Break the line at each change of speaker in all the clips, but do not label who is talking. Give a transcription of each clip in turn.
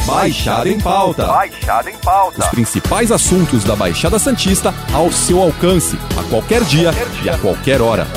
Baixada em Pauta.
Baixada em Pauta.
Os principais assuntos da Baixada Santista ao seu alcance, a qualquer dia e a qualquer hora.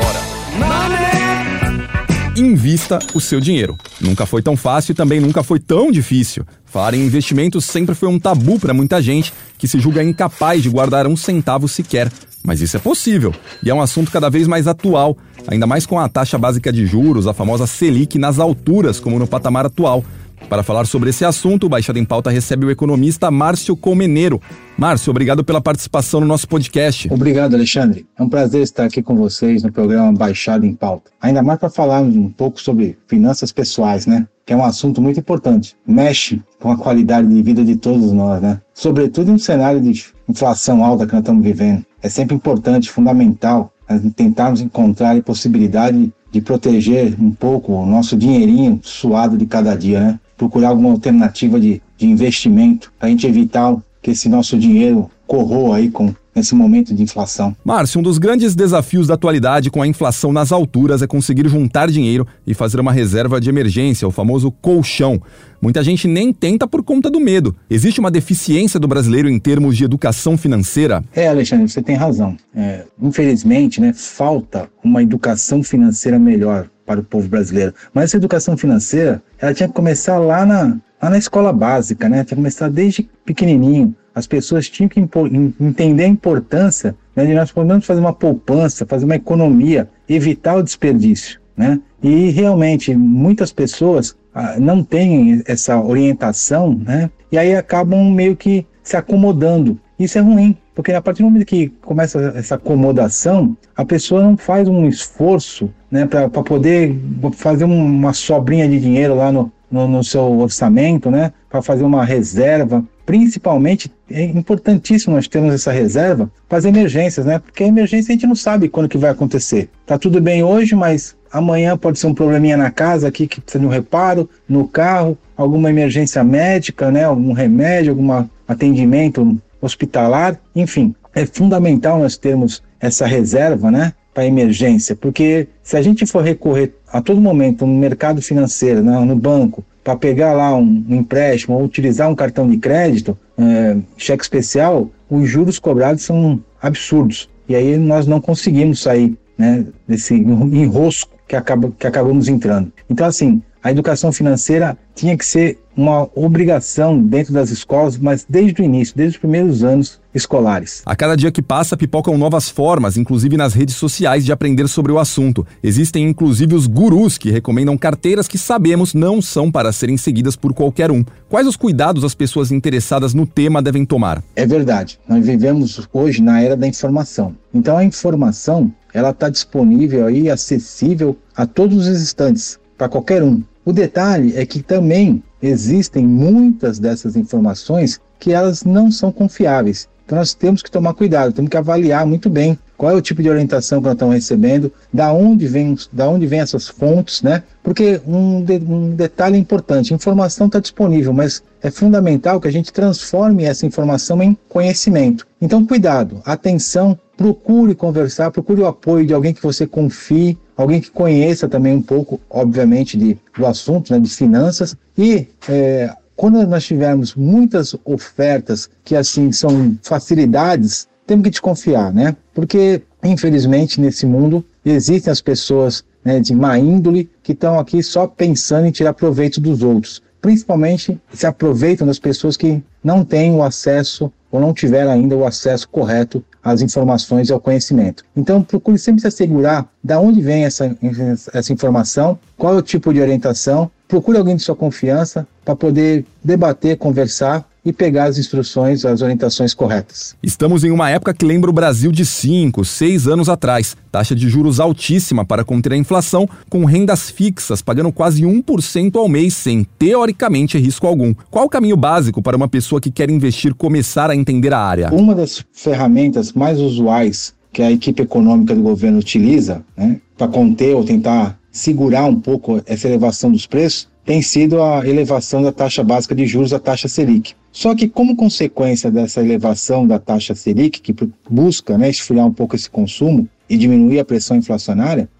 Invista o seu dinheiro. Nunca foi tão fácil e também nunca foi tão difícil. Falar em investimentos sempre foi um tabu para muita gente que se julga incapaz de guardar um centavo sequer. Mas isso é possível e é um assunto cada vez mais atual, ainda mais com a taxa básica de juros, a famosa Selic, nas alturas como no patamar atual. Para falar sobre esse assunto, o Baixada em Pauta recebe o economista Márcio Colmenares. Márcio, obrigado pela participação no nosso podcast.
Obrigado, Alexandre. É um prazer estar aqui com vocês no programa Baixada em Pauta. Ainda mais para falar um pouco sobre finanças pessoais, né? Que é um assunto muito importante. Mexe com a qualidade de vida de todos nós, né? Sobretudo em um cenário de inflação alta que nós estamos vivendo. É sempre importante, fundamental, tentarmos encontrar a possibilidade de proteger um pouco o nosso dinheirinho suado de cada dia, né? Procurar alguma alternativa de investimento para a gente evitar que esse nosso dinheiro corroa aí nesse momento de inflação.
Márcio, um dos grandes desafios da atualidade com a inflação nas alturas é conseguir juntar dinheiro e fazer uma reserva de emergência, o famoso colchão. Muita gente nem tenta por conta do medo. Existe uma deficiência do brasileiro em termos de educação financeira?
Alexandre, você tem razão. Infelizmente, falta uma educação financeira melhor para o povo brasileiro. Mas essa educação financeira, ela tinha que começar lá na escola básica, né? Tinha que começar desde pequenininho. As pessoas tinham que entender a importância, né, de nós podermos fazer uma poupança, fazer uma economia, evitar o desperdício, né? E realmente muitas pessoas não têm essa orientação, né? E aí acabam meio que se acomodando. Isso é ruim, porque a partir do momento que começa essa acomodação, a pessoa não faz um esforço, né, para poder fazer uma sobrinha de dinheiro lá no seu orçamento, né, para fazer uma reserva. Principalmente, é importantíssimo nós termos essa reserva para as emergências, né? Porque a emergência a gente não sabe quando que vai acontecer. Tá tudo bem hoje, mas amanhã pode ser um probleminha na casa aqui que precisa de um reparo, no carro, alguma emergência médica, né? Algum remédio, algum atendimento hospitalar, enfim. É fundamental nós termos essa reserva, né, para emergência, porque se a gente for recorrer a todo momento no mercado financeiro, no banco, para pegar lá um empréstimo ou utilizar um cartão de crédito, cheque especial, os juros cobrados são absurdos. E aí nós não conseguimos sair, né, desse enrosco que acabamos entrando. Então, assim, a educação financeira tinha que ser uma obrigação dentro das escolas, mas desde o início, desde os primeiros anos escolares.
A cada dia que passa, pipocam novas formas, inclusive nas redes sociais, de aprender sobre o assunto. Existem inclusive os gurus que recomendam carteiras que sabemos não são para serem seguidas por qualquer um. Quais os cuidados as pessoas interessadas no tema devem tomar?
É verdade. Nós vivemos hoje na era da informação. Então a informação, ela está disponível e acessível a todos os instantes, para qualquer um. O detalhe é que também existem muitas dessas informações que elas não são confiáveis. Então nós temos que tomar cuidado, temos que avaliar muito bem qual é o tipo de orientação que nós estamos recebendo, da onde vem essas fontes, né? Porque um detalhe importante, a informação está disponível, mas é fundamental que a gente transforme essa informação em conhecimento. Então cuidado, atenção, procure conversar, procure o apoio de alguém que você confie, alguém que conheça também um pouco, obviamente, do assunto, né, de finanças. E quando nós tivermos muitas ofertas que assim são facilidades, temos que desconfiar, né? Porque, infelizmente, nesse mundo existem as pessoas, né, de má índole que estão aqui só pensando em tirar proveito dos outros. Principalmente se aproveitam das pessoas que não têm o acesso ou não tiveram ainda o acesso correto às informações e ao conhecimento. Então, procure sempre se assegurar de onde vem essa informação, qual é o tipo de orientação, procure alguém de sua confiança para poder debater, conversar e pegar as instruções, as orientações corretas.
Estamos em uma época que lembra o Brasil de 5, 6 anos atrás. Taxa de juros altíssima para conter a inflação, com rendas fixas pagando quase 1% ao mês, sem, teoricamente, risco algum. Qual o caminho básico para uma pessoa que quer investir começar a entender a área?
Uma das ferramentas mais usuais que a equipe econômica do governo utiliza, né, para conter ou tentar segurar um pouco essa elevação dos preços, tem sido a elevação da taxa básica de juros, a taxa Selic. Só que como consequência dessa elevação da taxa Selic, que busca, né, esfriar um pouco esse consumo e diminuir a pressão inflacionária,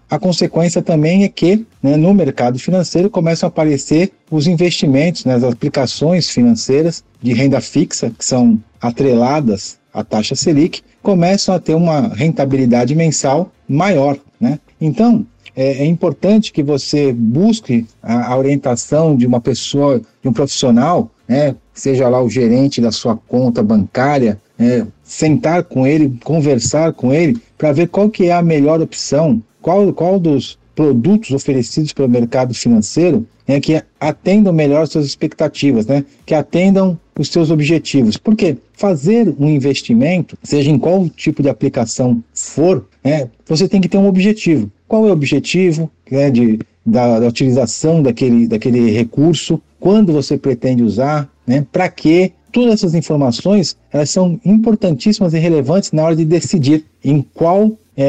a consequência também é que, né, no mercado financeiro começam a aparecer os investimentos, né, as aplicações financeiras de renda fixa, que são atreladas à taxa Selic, começam a ter uma rentabilidade mensal maior, né? Então, é importante que você busque a orientação de uma pessoa, de um profissional, né, seja lá o gerente da sua conta bancária, sentar com ele, conversar com ele, para ver qual que é a melhor opção, qual dos produtos oferecidos pelo mercado financeiro que atendam melhor as suas expectativas, né, que atendam os seus objetivos. Porque fazer um investimento, seja em qual tipo de aplicação for, você tem que ter um objetivo. Qual é o objetivo, né, da utilização daquele recurso? Quando você pretende usar? Né, para quê? Todas essas informações, elas são importantíssimas e relevantes na hora de decidir em qual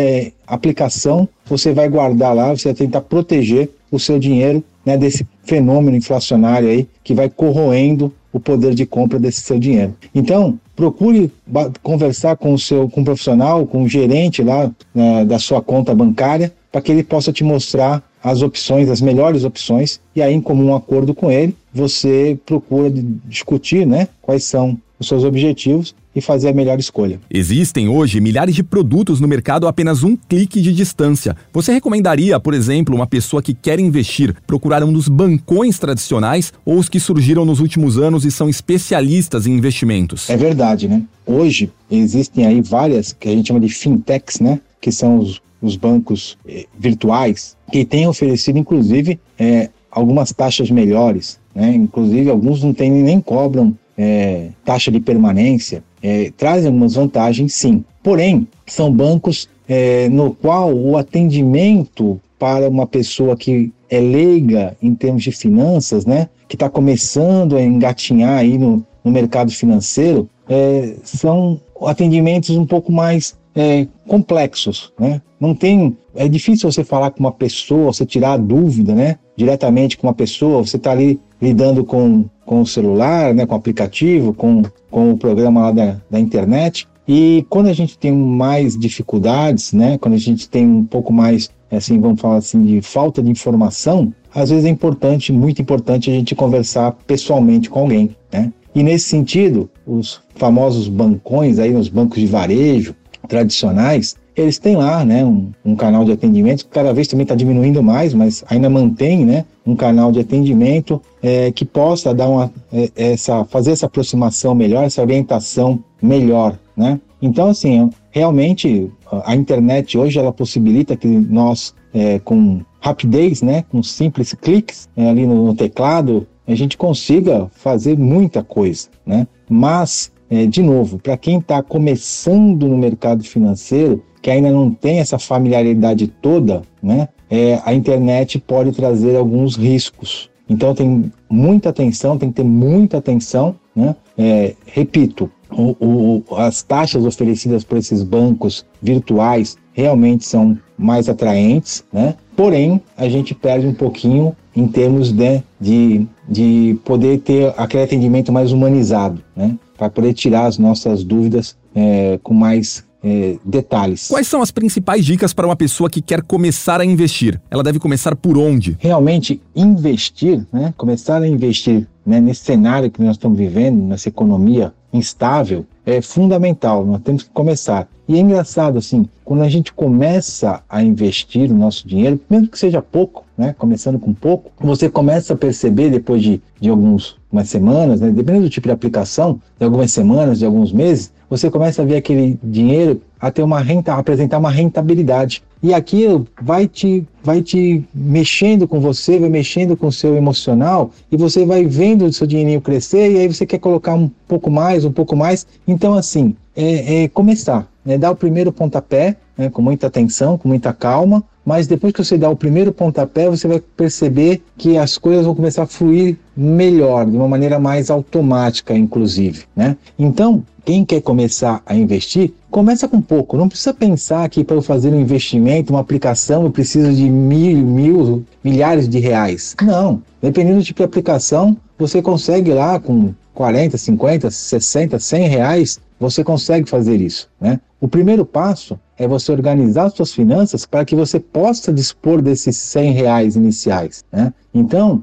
aplicação você vai guardar lá, você vai tentar proteger o seu dinheiro, né, desse fenômeno inflacionário aí que vai corroendo o poder de compra desse seu dinheiro. Então, procure conversar com um profissional, com um gerente lá da sua conta bancária, para que ele possa te mostrar as opções, as melhores opções, e aí, em comum acordo com ele, você procura discutir, né, quais são os seus objetivos e fazer a melhor escolha.
Existem hoje milhares de produtos no mercado a apenas um clique de distância. Você recomendaria, por exemplo, uma pessoa que quer investir, procurar um dos bancões tradicionais ou os que surgiram nos últimos anos e são especialistas em investimentos?
É verdade, né? Hoje existem aí várias, que a gente chama de fintechs, né, que são os bancos virtuais, que têm oferecido, inclusive, algumas taxas melhores, né? Inclusive, alguns não tem, nem cobram taxa de permanência, trazem algumas vantagens, sim. Porém, são bancos no qual o atendimento para uma pessoa que é leiga em termos de finanças, né, que está começando a engatinhar aí no mercado financeiro, são atendimentos um pouco mais complexos, né? É difícil você falar com uma pessoa, você tirar a dúvida, né, diretamente com uma pessoa, você está ali lidando com o celular, né, com o aplicativo, com o programa lá da internet. E quando a gente tem mais dificuldades, né, quando a gente tem um pouco mais, assim, vamos falar assim, de falta de informação, às vezes é importante, muito importante, a gente conversar pessoalmente com alguém, né? E nesse sentido, os famosos bancões, aí, os bancos de varejo tradicionais, eles têm lá, né, um canal de atendimento que cada vez também está diminuindo mais, mas ainda mantém, né, um canal de atendimento que possa dar fazer essa aproximação melhor, essa orientação melhor, né? Então, assim, realmente a internet hoje ela possibilita que nós, com rapidez, né, com simples cliques ali no teclado, a gente consiga fazer muita coisa, né? Mas, de novo, para quem está começando no mercado financeiro, que ainda não tem essa familiaridade toda, né, a internet pode trazer alguns riscos. Então tem que ter muita atenção, né? Repito, as taxas oferecidas por esses bancos virtuais realmente são mais atraentes, né? Porém, a gente perde um pouquinho em termos de poder ter aquele atendimento mais humanizado, né? Para poder tirar as nossas dúvidas com mais detalhes.
Quais são as principais dicas para uma pessoa que quer começar a investir? Ela deve começar por onde?
Realmente investir, né? Começar a investir, né, nesse cenário que nós estamos vivendo, nessa economia instável, é fundamental, nós temos que começar. E é engraçado, assim, quando a gente começa a investir o nosso dinheiro, mesmo que seja pouco, né, começando com pouco, você começa a perceber depois de algumas semanas, né, dependendo do tipo de aplicação, de algumas semanas, de alguns meses, você começa a ver aquele dinheiro apresentar uma rentabilidade. E aquilo vai te mexendo com você, vai mexendo com o seu emocional, e você vai vendo o seu dinheirinho crescer, e aí você quer colocar um pouco mais. Então, assim, começar, né, dar o primeiro pontapé, né, com muita atenção, com muita calma, mas depois que você dá o primeiro pontapé, você vai perceber que as coisas vão começar a fluir melhor, de uma maneira mais automática, inclusive, né? Então, quem quer começar a investir, começa com pouco. Não precisa pensar que para eu fazer um investimento, uma aplicação, eu preciso de milhares de reais. Não. Dependendo do tipo de aplicação, você consegue lá com 40, 50, 60, 100 reais, você consegue fazer isso, né? O primeiro passo é você organizar as suas finanças para que você possa dispor desses R$ 100 iniciais, né? Então,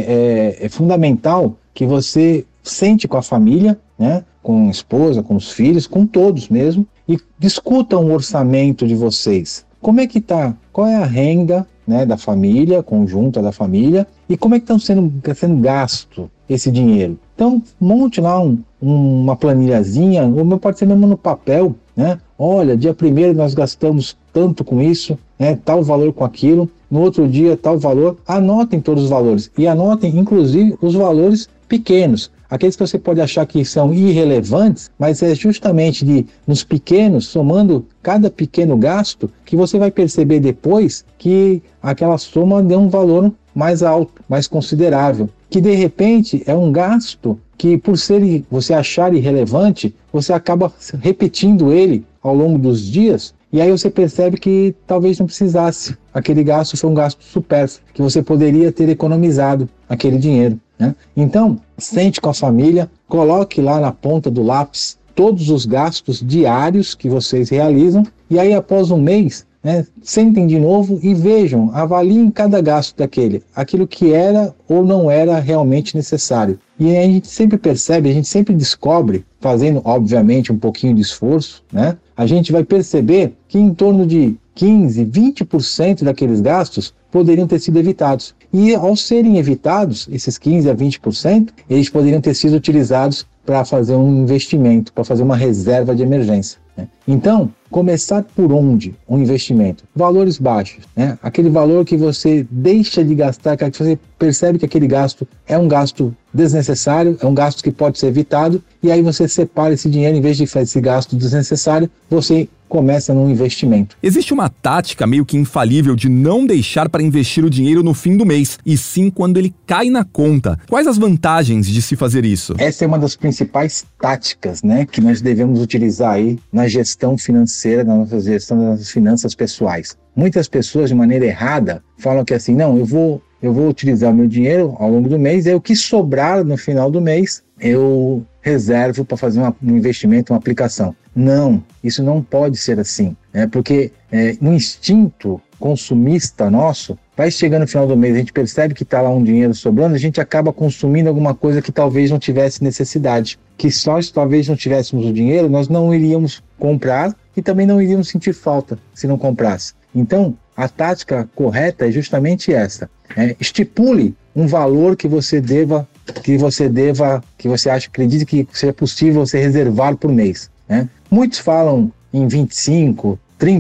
é fundamental que você sente com a família, né? Com a esposa, com os filhos, com todos mesmo, e discutam o orçamento de vocês. Como é que está? Qual é a renda, né, da família, conjunta da família, e como é que está sendo gasto esse dinheiro? Então, monte lá uma planilhazinha, ou pode ser mesmo no papel, né? Olha, dia 1º nós gastamos tanto com isso, né, tal valor com aquilo, no outro dia tal valor. Anotem todos os valores, e anotem inclusive os valores pequenos, aqueles que você pode achar que são irrelevantes, mas é justamente nos pequenos, somando cada pequeno gasto, que você vai perceber depois que aquela soma deu um valor mais alto, mais considerável, que de repente é um gasto que, por você achar irrelevante, você acaba repetindo ele ao longo dos dias, e aí você percebe que talvez não precisasse. Aquele gasto foi um gasto supérfluo, que você poderia ter economizado aquele dinheiro, né? Então, sente com a família, coloque lá na ponta do lápis todos os gastos diários que vocês realizam, e aí após um mês, né, sentem de novo e vejam, avaliem cada gasto aquilo que era ou não era realmente necessário. E aí a gente sempre percebe, a gente sempre descobre, fazendo obviamente um pouquinho de esforço, né, a gente vai perceber que em torno de 15, 20% daqueles gastos poderiam ter sido evitados. E ao serem evitados, esses 15 a 20%, eles poderiam ter sido utilizados para fazer um investimento, para fazer uma reserva de emergência, né? Então, começar por onde? Um investimento. Valores baixos, né? Aquele valor que você deixa de gastar, que você percebe que aquele gasto é um gasto desnecessário, é um gasto que pode ser evitado, e aí você separa esse dinheiro, em vez de fazer esse gasto desnecessário, você começa num investimento.
Existe uma tática meio que infalível de não deixar para investir o dinheiro no fim do mês, e sim quando ele cai na conta. Quais as vantagens de se fazer isso?
Essa é uma das principais táticas, né, que nós devemos utilizar aí na gestão financeira, na nossa gestão das nossas finanças pessoais. Muitas pessoas, de maneira errada, falam que assim, não, eu vou utilizar meu dinheiro ao longo do mês, e o que sobrar no final do mês, eu reservo para fazer um investimento, uma aplicação. Não, isso não pode ser assim, né? Porque no instinto consumista nosso, vai chegando no final do mês, a gente percebe que está lá um dinheiro sobrando, a gente acaba consumindo alguma coisa que talvez não tivesse necessidade, que só se talvez não tivéssemos o dinheiro, nós não iríamos comprar e também não iríamos sentir falta se não comprasse. Então, a tática correta é justamente essa, estipule um valor que você acredite que seja possível você reservar por mês, né? Muitos falam em 25%,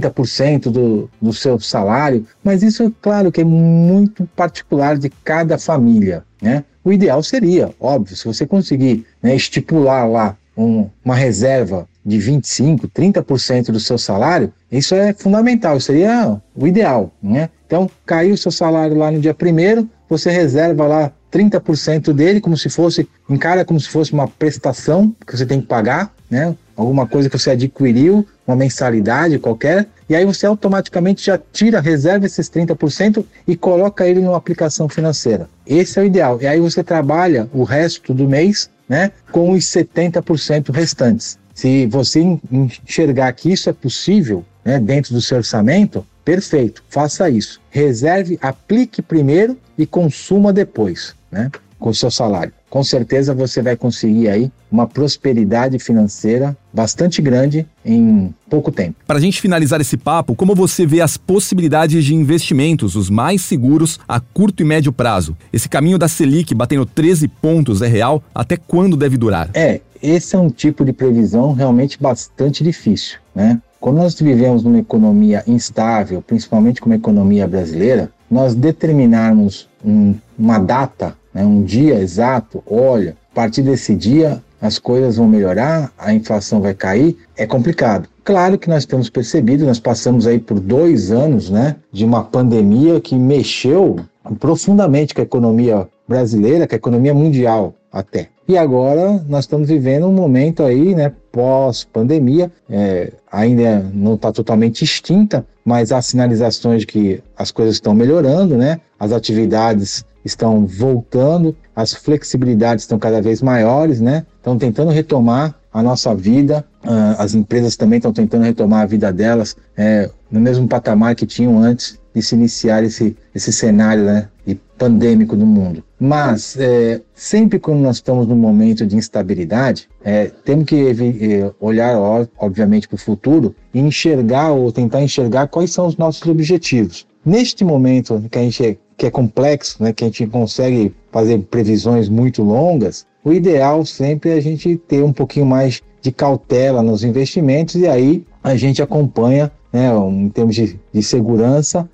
30% do seu salário, mas isso é claro que é muito particular de cada família, né? O ideal seria, óbvio, se você conseguir, né, estipular lá uma reserva de 25%, 30% do seu salário, isso é fundamental, seria o ideal, né? Então, caiu o seu salário lá no dia 1º, você reserva lá 30% dele, encara como se fosse uma prestação que você tem que pagar, né? Alguma coisa que você adquiriu, uma mensalidade qualquer, e aí você automaticamente já reserva esses 30% e coloca ele numa aplicação financeira. Esse é o ideal. E aí você trabalha o resto do mês, né, com os 70% restantes. Se você enxergar que isso é possível, né, dentro do seu orçamento, perfeito, faça isso. Reserve, aplique primeiro e consuma depois, né, com o seu salário. Com certeza você vai conseguir aí uma prosperidade financeira bastante grande em pouco tempo.
Para a gente finalizar esse papo, como você vê as possibilidades de investimentos, os mais seguros a curto e médio prazo? Esse caminho da Selic batendo 13 pontos é real? Até quando deve durar?
Esse é um tipo de previsão realmente bastante difícil, né? Quando nós vivemos numa economia instável, principalmente como a economia brasileira, nós determinarmos uma data, né, um dia exato, olha, a partir desse dia as coisas vão melhorar, a inflação vai cair, é complicado. Claro que nós temos percebido, nós passamos aí por 2 anos, né, de uma pandemia que mexeu profundamente com a economia brasileira, com a economia mundial até. E agora nós estamos vivendo um momento aí, né, pós-pandemia, ainda não está totalmente extinta, mas há sinalizações de que as coisas estão melhorando, né, as atividades estão voltando, as flexibilidades estão cada vez maiores, né, estão tentando retomar a nossa vida, as empresas também estão tentando retomar a vida delas no mesmo patamar que tinham antes de se iniciar esse cenário, né, pandêmico no mundo. Mas sempre quando nós estamos num momento de instabilidade, temos que olhar, obviamente, para o futuro e enxergar ou tentar enxergar quais são os nossos objetivos. Neste momento que é complexo, né, que a gente consegue fazer previsões muito longas, o ideal sempre é a gente ter um pouquinho mais de cautela nos investimentos e aí a gente acompanha, né, em termos de segurança,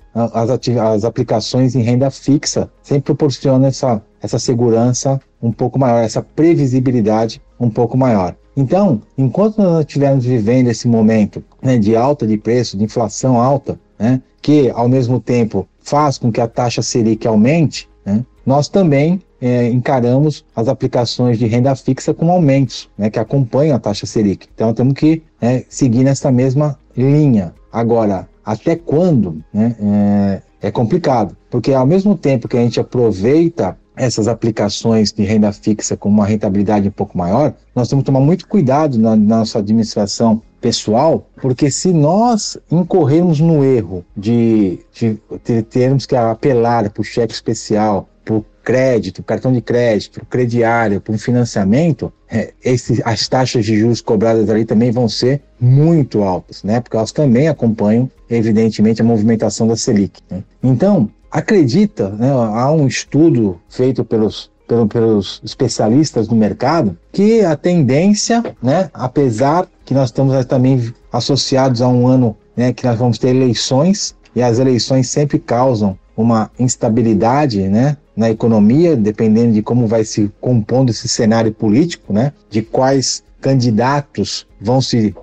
as aplicações em renda fixa sempre proporcionam essa segurança um pouco maior, essa previsibilidade um pouco maior. Então, enquanto nós estivermos vivendo esse momento, né, de alta de preço, de inflação alta, né, que ao mesmo tempo faz com que a taxa Selic aumente, né, nós também encaramos as aplicações de renda fixa com aumentos, né, que acompanham a taxa Selic. Então temos que seguir nessa mesma linha. Agora, até quando, né, é complicado, porque ao mesmo tempo que a gente aproveita essas aplicações de renda fixa com uma rentabilidade um pouco maior, nós temos que tomar muito cuidado na nossa administração pessoal, porque se nós incorrermos no erro de termos que apelar para o cheque especial, para o crédito, cartão de crédito, crediário, para um financiamento, as taxas de juros cobradas ali também vão ser muito altas, né? Porque elas também acompanham, evidentemente, a movimentação da Selic, né? Então, acredita, né, há um estudo feito pelos especialistas do mercado, que a tendência, né, apesar que nós estamos também associados a um ano, né, que nós vamos ter eleições, e as eleições sempre causam uma instabilidade, né, na economia, dependendo de como vai se compondo esse cenário político, né, de quais candidatos vão se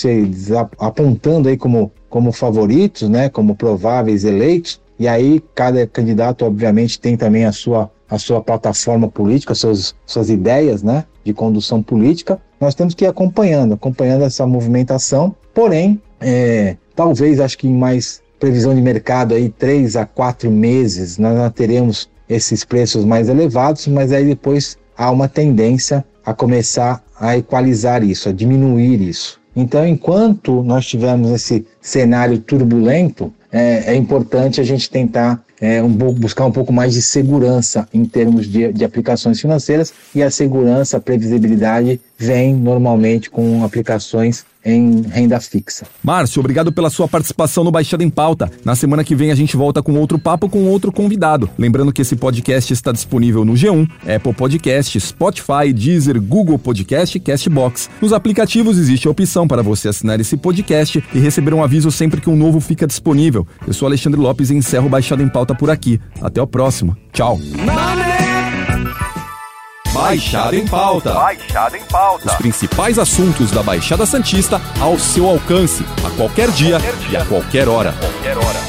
apontando aí como favoritos, né, como prováveis eleitos, e aí cada candidato obviamente tem também a sua plataforma política, suas ideias, né, de condução política. Nós temos que ir acompanhando essa movimentação, porém, talvez, acho que em mais previsão de mercado aí 3 a 4 meses, nós teremos esses preços mais elevados, mas aí depois há uma tendência a começar a equalizar isso, a diminuir isso. Então, enquanto nós tivermos esse cenário turbulento, é importante a gente tentar buscar um pouco mais de segurança em termos de aplicações financeiras, e a segurança, a previsibilidade vem normalmente com aplicações em renda fixa.
Márcio, obrigado pela sua participação no Baixada em Pauta. Na semana que vem a gente volta com outro papo com outro convidado. Lembrando que esse podcast está disponível no G1, Apple Podcast, Spotify, Deezer, Google Podcast e Castbox. Nos aplicativos existe a opção para você assinar esse podcast e receber um aviso sempre que um novo fica disponível. Eu sou Alexandre Lopes e encerro o Baixada em Pauta por aqui. Até o próximo. Tchau. Baixada em Pauta.
Baixada em Pauta.
Os principais assuntos da Baixada Santista ao seu alcance, a qualquer dia e a qualquer hora.